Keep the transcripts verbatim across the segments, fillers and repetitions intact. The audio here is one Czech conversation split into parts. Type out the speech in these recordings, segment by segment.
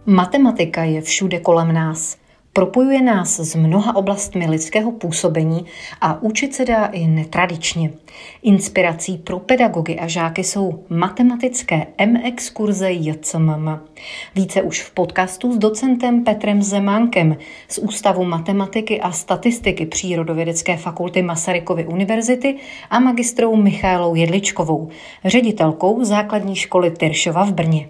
Matematika je všude kolem nás. Propojuje nás s mnoha oblastmi lidského působení a učit se dá i netradičně. Inspirací pro pedagogy a žáky jsou matematické M-exkurze J C M M. Více už v podcastu s docentem Petrem Zemánkem z Ústavu matematiky a statistiky Přírodovědecké fakulty Masarykovy univerzity a magistrou Michaelou Jedličkovou, ředitelkou základní školy Tyršova v Brně.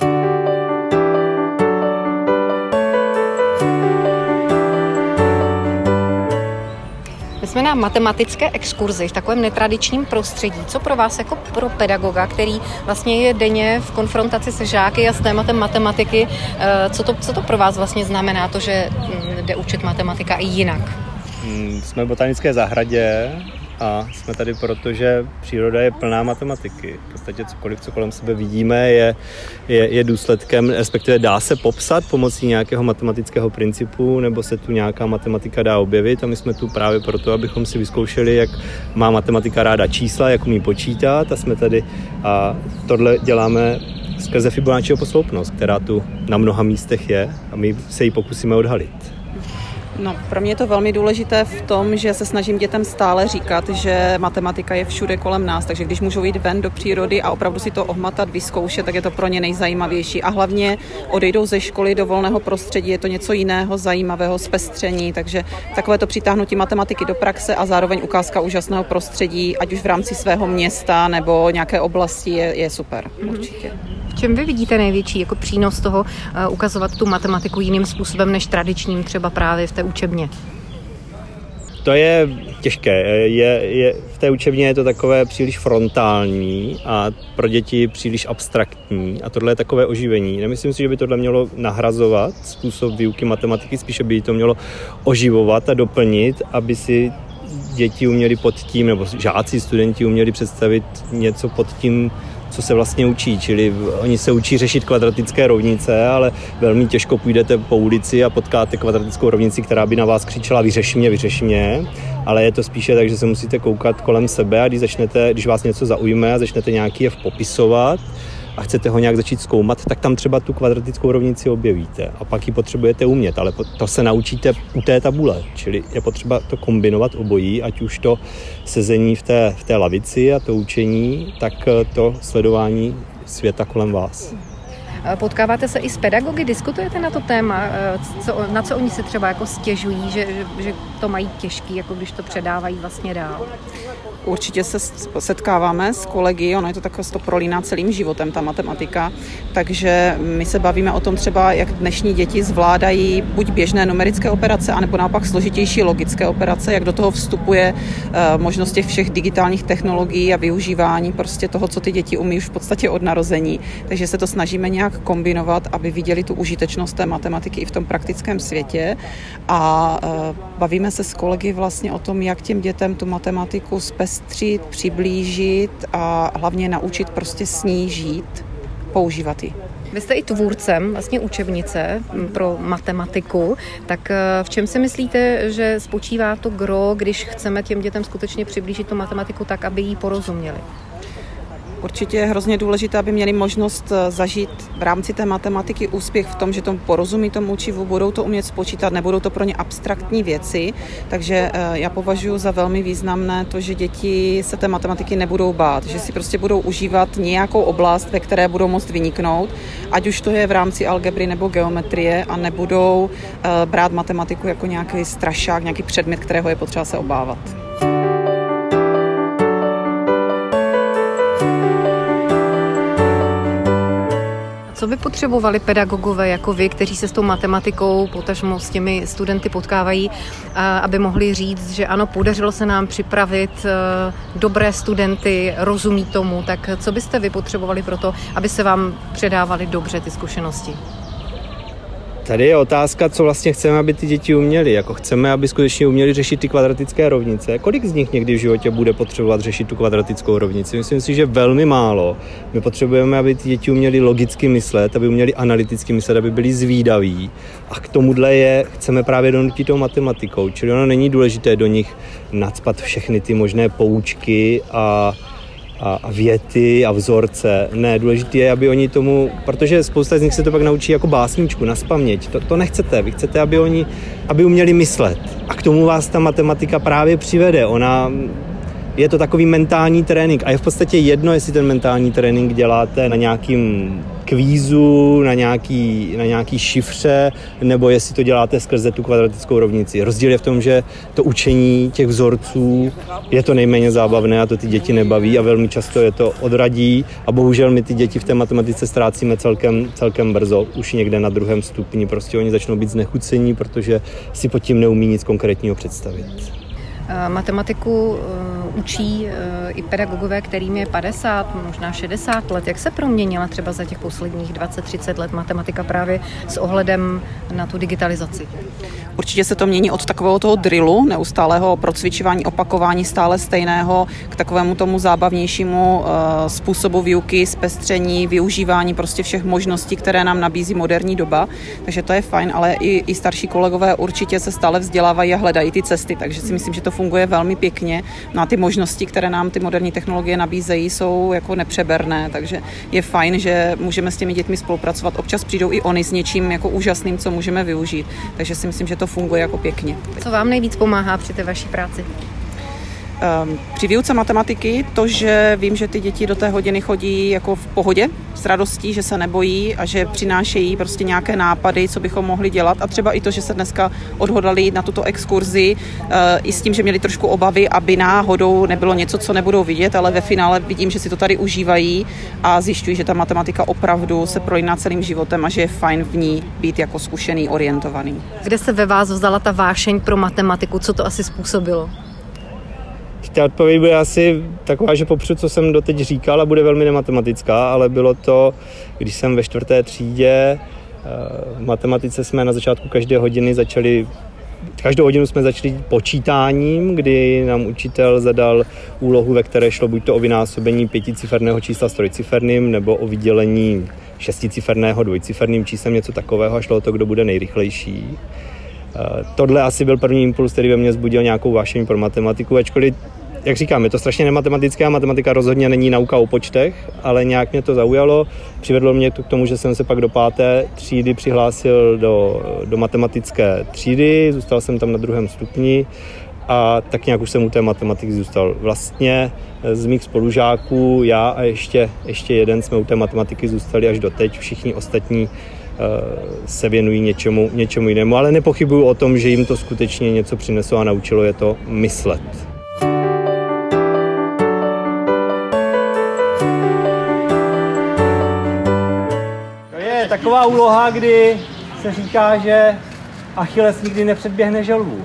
Jsme na matematické exkurzi v takovém netradičním prostředí. Co pro vás jako pro pedagoga, který vlastně je denně v konfrontaci se žáky a s tématem matematiky, co to, co to pro vás vlastně znamená, to, že jde učit matematika i jinak? Jsme v botanické zahradě a jsme tady proto, že příroda je plná matematiky. V podstatě cokoliv, co kolem sebe vidíme, je, je, je důsledkem, respektive dá se popsat pomocí nějakého matematického principu, nebo se tu nějaká matematika dá objevit a my jsme tu právě proto, abychom si vyzkoušeli, jak má matematika ráda čísla, jak umí počítat a jsme tady a tohle děláme skrze Fibonacciho posloupnost, která tu na mnoha místech je a my se ji pokusíme odhalit. No, pro mě je to velmi důležité v tom, že se snažím dětem stále říkat, že matematika je všude kolem nás, takže když můžou jít ven do přírody a opravdu si to ohmatat, vyzkoušet, tak je to pro ně nejzajímavější. A hlavně odejdou ze školy do volného prostředí, je to něco jiného, zajímavého, zpestření, takže takové to přitáhnutí matematiky do praxe a zároveň ukázka úžasného prostředí, ať už v rámci svého města nebo nějaké oblasti, je, je super, určitě. V čem vy vidíte největší jako přínos toho uh, ukazovat tu matematiku jiným způsobem než tradičním, třeba právě v té učebně? To je těžké. Je, je, v té učebně je to takové příliš frontální a pro děti příliš abstraktní a tohle je takové oživení. Nemyslím si, že by tohle mělo nahrazovat způsob výuky matematiky, spíše by to mělo oživovat a doplnit, aby si děti uměli pod tím, nebo žáci, studenti uměli představit něco pod tím, co se vlastně učí, čili oni se učí řešit kvadratické rovnice, ale velmi těžko půjdete po ulici a potkáte kvadratickou rovnici, která by na vás křičela vyřeš mě, vyřeš mě, ale je to spíše tak, že se musíte koukat kolem sebe a když začnete, když vás něco zaujme a začnete nějaký jev popisovat a chcete ho nějak začít zkoumat, tak tam třeba tu kvadratickou rovnici objevíte a pak ji potřebujete umět, ale to se naučíte u té tabule, čili je potřeba to kombinovat obojí, ať už to sezení v té, v té lavici a to učení, tak to sledování světa kolem vás. Potkáváte se i s pedagogy, diskutujete na to téma, co, na co oni si třeba jako stěžují, že, že, že to mají těžký, jako když to předávají vlastně dál? Určitě se setkáváme s kolegy, ono je to takové, to prolíná celým životem, ta matematika, takže my se bavíme o tom třeba, jak dnešní děti zvládají buď běžné numerické operace, anebo naopak složitější logické operace, jak do toho vstupuje uh, možnost těch všech digitálních technologií a využívání prostě toho, co ty děti umí už v podstatě od narození. Takže se to snažíme nějak kombinovat, aby viděli tu užitečnost té matematiky i v tom praktickém světě a uh, bavíme se s kolegy vlastně o tom, jak těm dětem tu matematiku zpestřit, přiblížit a hlavně naučit prostě s ní žít, používat ji. Vy jste i tvůrcem vlastně učebnice pro matematiku, tak v čem si myslíte, že spočívá to gro, když chceme těm dětem skutečně přiblížit tu matematiku tak, aby jí porozuměli? Určitě je hrozně důležité, aby měli možnost zažít v rámci té matematiky úspěch v tom, že tomu porozumí tomu učivu, budou to umět spočítat, nebudou to pro ně abstraktní věci, takže já považuji za velmi významné to, že děti se té matematiky nebudou bát, že si prostě budou užívat nějakou oblast, ve které budou moct vyniknout, ať už to je v rámci algebry nebo geometrie a nebudou brát matematiku jako nějaký strašák, nějaký předmět, kterého je potřeba se obávat. Co by potřebovali pedagogové jako vy, kteří se s tou matematikou, potažmo s těmi studenty potkávají, aby mohli říct, že ano, podařilo se nám připravit dobré studenty, rozumí tomu, tak co byste vy potřebovali pro to, aby se vám předávaly dobře ty zkušenosti? Tady je otázka, co vlastně chceme, aby ty děti uměly. Jako chceme, aby skutečně uměli řešit ty kvadratické rovnice. Kolik z nich někdy v životě bude potřebovat řešit tu kvadratickou rovnici? Myslím si, že velmi málo. My potřebujeme, aby ty děti uměly logicky myslet, aby uměli analyticky myslet, aby byli zvídaví. A k tomuhle je chceme právě donutit tou matematikou. Čili ono není důležité do nich nacpat všechny ty možné poučky a a, a věty a vzorce. Ne, důležité je, aby oni tomu, protože spousta z nich se to pak naučí jako básničku, nazpaměť. To, to nechcete, vy chcete, aby oni, aby uměli myslet. A k tomu vás ta matematika právě přivede. Ona je to takový mentální trénink a je v podstatě jedno, jestli ten mentální trénink děláte na nějakým kvízu, na nějaký, na nějaký šifře, nebo jestli to děláte skrze tu kvadratickou rovnici. Rozdíl je v tom, že to učení těch vzorců je to nejméně zábavné a to ty děti nebaví a velmi často je to odradí a bohužel my ty děti v té matematice ztrácíme celkem, celkem brzo, už někde na druhém stupni. Prostě oni začnou být znechucení, protože si pod tím neumí nic konkrétního představit. Matematiku uh, učí uh, i pedagogové, kterým je padesát, možná šedesát let. Jak se proměnila třeba za těch posledních dvacet třicet let matematika právě s ohledem na tu digitalizaci? Určitě se to mění od takového toho drillu, neustálého procvičování, opakování stále stejného, k takovému tomu zábavnějšímu uh, způsobu výuky, zpestření, využívání prostě všech možností, které nám nabízí moderní doba. Takže to je fajn, ale i, i starší kolegové určitě se stále vzdělávají a hledají ty cesty, takže si myslím, že to funguje velmi pěkně. No a ty možnosti, které nám ty moderní technologie nabízejí, jsou jako nepřeberné, takže je fajn, že můžeme s těmi dětmi spolupracovat. Občas přijdou i oni s něčím jako úžasným, co můžeme využít. Takže si myslím, že to funguje jako pěkně. Co vám nejvíc pomáhá při té vaší práci? Při výuce matematiky to, že vím, že ty děti do té hodiny chodí jako v pohodě, s radostí, že se nebojí a že přinášejí prostě nějaké nápady, co bychom mohli dělat a třeba i to, že se dneska odhodlali jít na tuto exkurzi i s tím, že měli trošku obavy, aby náhodou nebylo něco, co nebudou vidět, ale ve finále vidím, že si to tady užívají a zjišťují, že ta matematika opravdu se prolíná celým životem a že je fajn v ní být jako zkušený, orientovaný. Kde se ve vás vzala ta vášeň pro matematiku? Co to asi způsobilo? Ta odpověď bude asi taková, že popřu, co jsem doteď říkal a bude velmi nematematická, ale bylo to, když jsem ve čtvrté třídě, v matematice jsme na začátku každé hodiny začali, každou hodinu jsme začali počítáním, kdy nám učitel zadal úlohu, ve které šlo buď to o vynásobení pěticiferného čísla s trojciferným, nebo o vydělení šesticiferného dvojciferným číslem, něco takového a šlo o to, kdo bude nejrychlejší. Tohle asi byl první impuls, který ve mně vzbudil nějakou vášeň pro matematiku, ačkoliv, jak říkám, je to strašně nematematické a matematika rozhodně není nauka o počtech, ale nějak mě to zaujalo. Přivedlo mě to k tomu, že jsem se pak do páté třídy přihlásil do, do matematické třídy, zůstal jsem tam na druhém stupni a tak nějak už jsem u té matematiky zůstal. Vlastně z mých spolužáků, já a ještě, ještě jeden jsme u té matematiky zůstali až doteď, všichni ostatní se věnují něčemu, něčemu jinému, ale nepochybuju o tom, že jim to skutečně něco přineslo a naučilo je to myslet. To je taková úloha, kdy se říká, že Achilles nikdy nepředběhne želvu.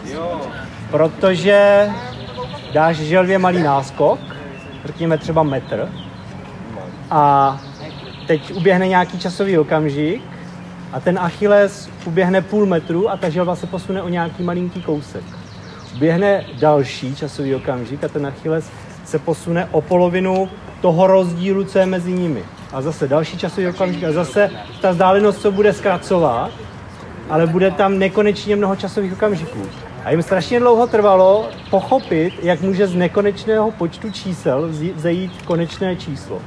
Protože dáš želvě malý náskok, řekněme třeba metr, a teď uběhne nějaký časový okamžik a ten Achilles uběhne půl metru a ta želva se posune o nějaký malinký kousek. Uběhne další časový okamžik a ten Achilles se posune o polovinu toho rozdílu, co je mezi nimi. A zase další časový okamžik a zase ta vzdálenost se bude zkracovat, ale bude tam nekonečně mnoho časových okamžiků. A jim strašně dlouho trvalo pochopit, jak může z nekonečného počtu čísel vzejít konečné číslo.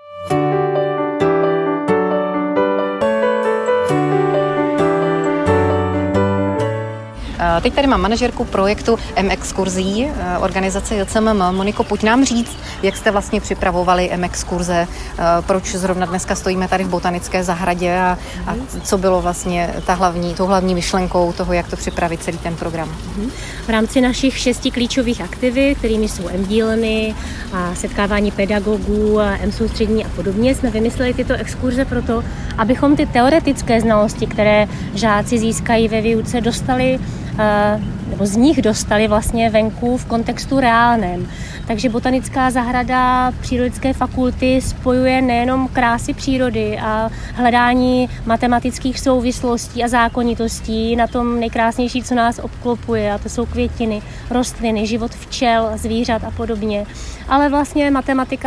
Teď tady mám manažerku projektu M-exkurzí, organizace J C M M. Moniko, pojď nám říct, jak jste vlastně připravovali M-exkurze, proč zrovna dneska stojíme tady v botanické zahradě a, a co bylo vlastně ta hlavní, tou hlavní myšlenkou toho, jak to připravit celý ten program. V rámci našich šesti klíčových aktivit, kterými jsou M-dílny a setkávání pedagogů, M-soustřední a podobně, jsme vymysleli tyto exkurze proto, abychom ty teoretické znalosti, které žáci získají ve výuce, dostali nebo z nich dostali vlastně venku v kontextu reálném. Takže botanická zahrada přírodnické fakulty spojuje nejenom krásy přírody a hledání matematických souvislostí a zákonitostí na tom nejkrásnější, co nás obklopuje, a to jsou květiny, rostliny, život včel, zvířat a podobně. Ale vlastně matematika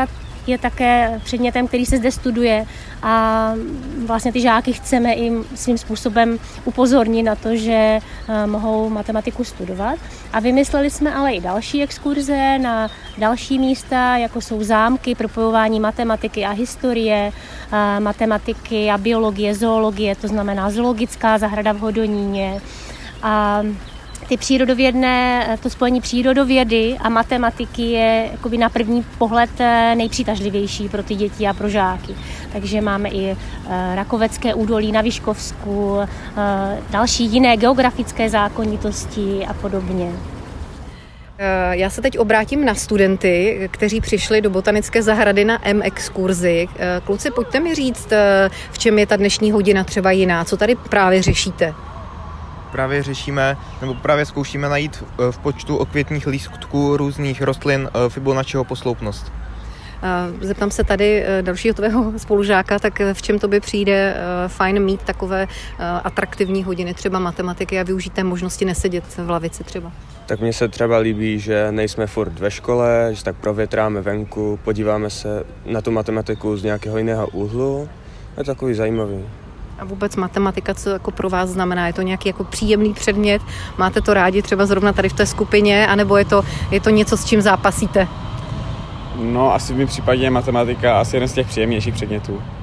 je také předmětem, který se zde studuje a vlastně ty žáky chceme i svým způsobem upozornit na to, že mohou matematiku studovat. A vymysleli jsme ale i další exkurze na další místa, jako jsou zámky, propojování matematiky a historie, matematiky a biologie, zoologie, to znamená zoologická zahrada v Hodoníně. A ty přírodovědné, to spojení přírodovědy a matematiky je jakoby na první pohled nejpřitažlivější pro ty děti a pro žáky. Takže máme i Rakovecké údolí na Vyškovsku, další jiné geografické zákonitosti a podobně. Já se teď obrátím na studenty, kteří přišli do botanické zahrady na M-exkurzi. Kluci, pojďte mi říct, v čem je ta dnešní hodina třeba jiná, co tady právě řešíte? Právě řešíme, nebo právě zkoušíme najít v počtu okvětních lístků různých rostlin Fibonacciho posloupnost. Zeptám se tady dalšího tvého spolužáka, tak v čem to by přijde fajn mít takové atraktivní hodiny, třeba matematiky a využít té možnosti nesedět v lavici třeba? Tak mně se třeba líbí, že nejsme furt ve škole, že tak provětráme venku, podíváme se na tu matematiku z nějakého jiného úhlu. Je to takový zajímavý. A vůbec matematika, co jako pro vás znamená? Je to nějaký jako příjemný předmět? Máte to rádi třeba zrovna tady v té skupině? Anebo je to, je to něco, s čím zápasíte? No, asi v mém případě je matematika asi jeden z těch příjemnějších předmětů.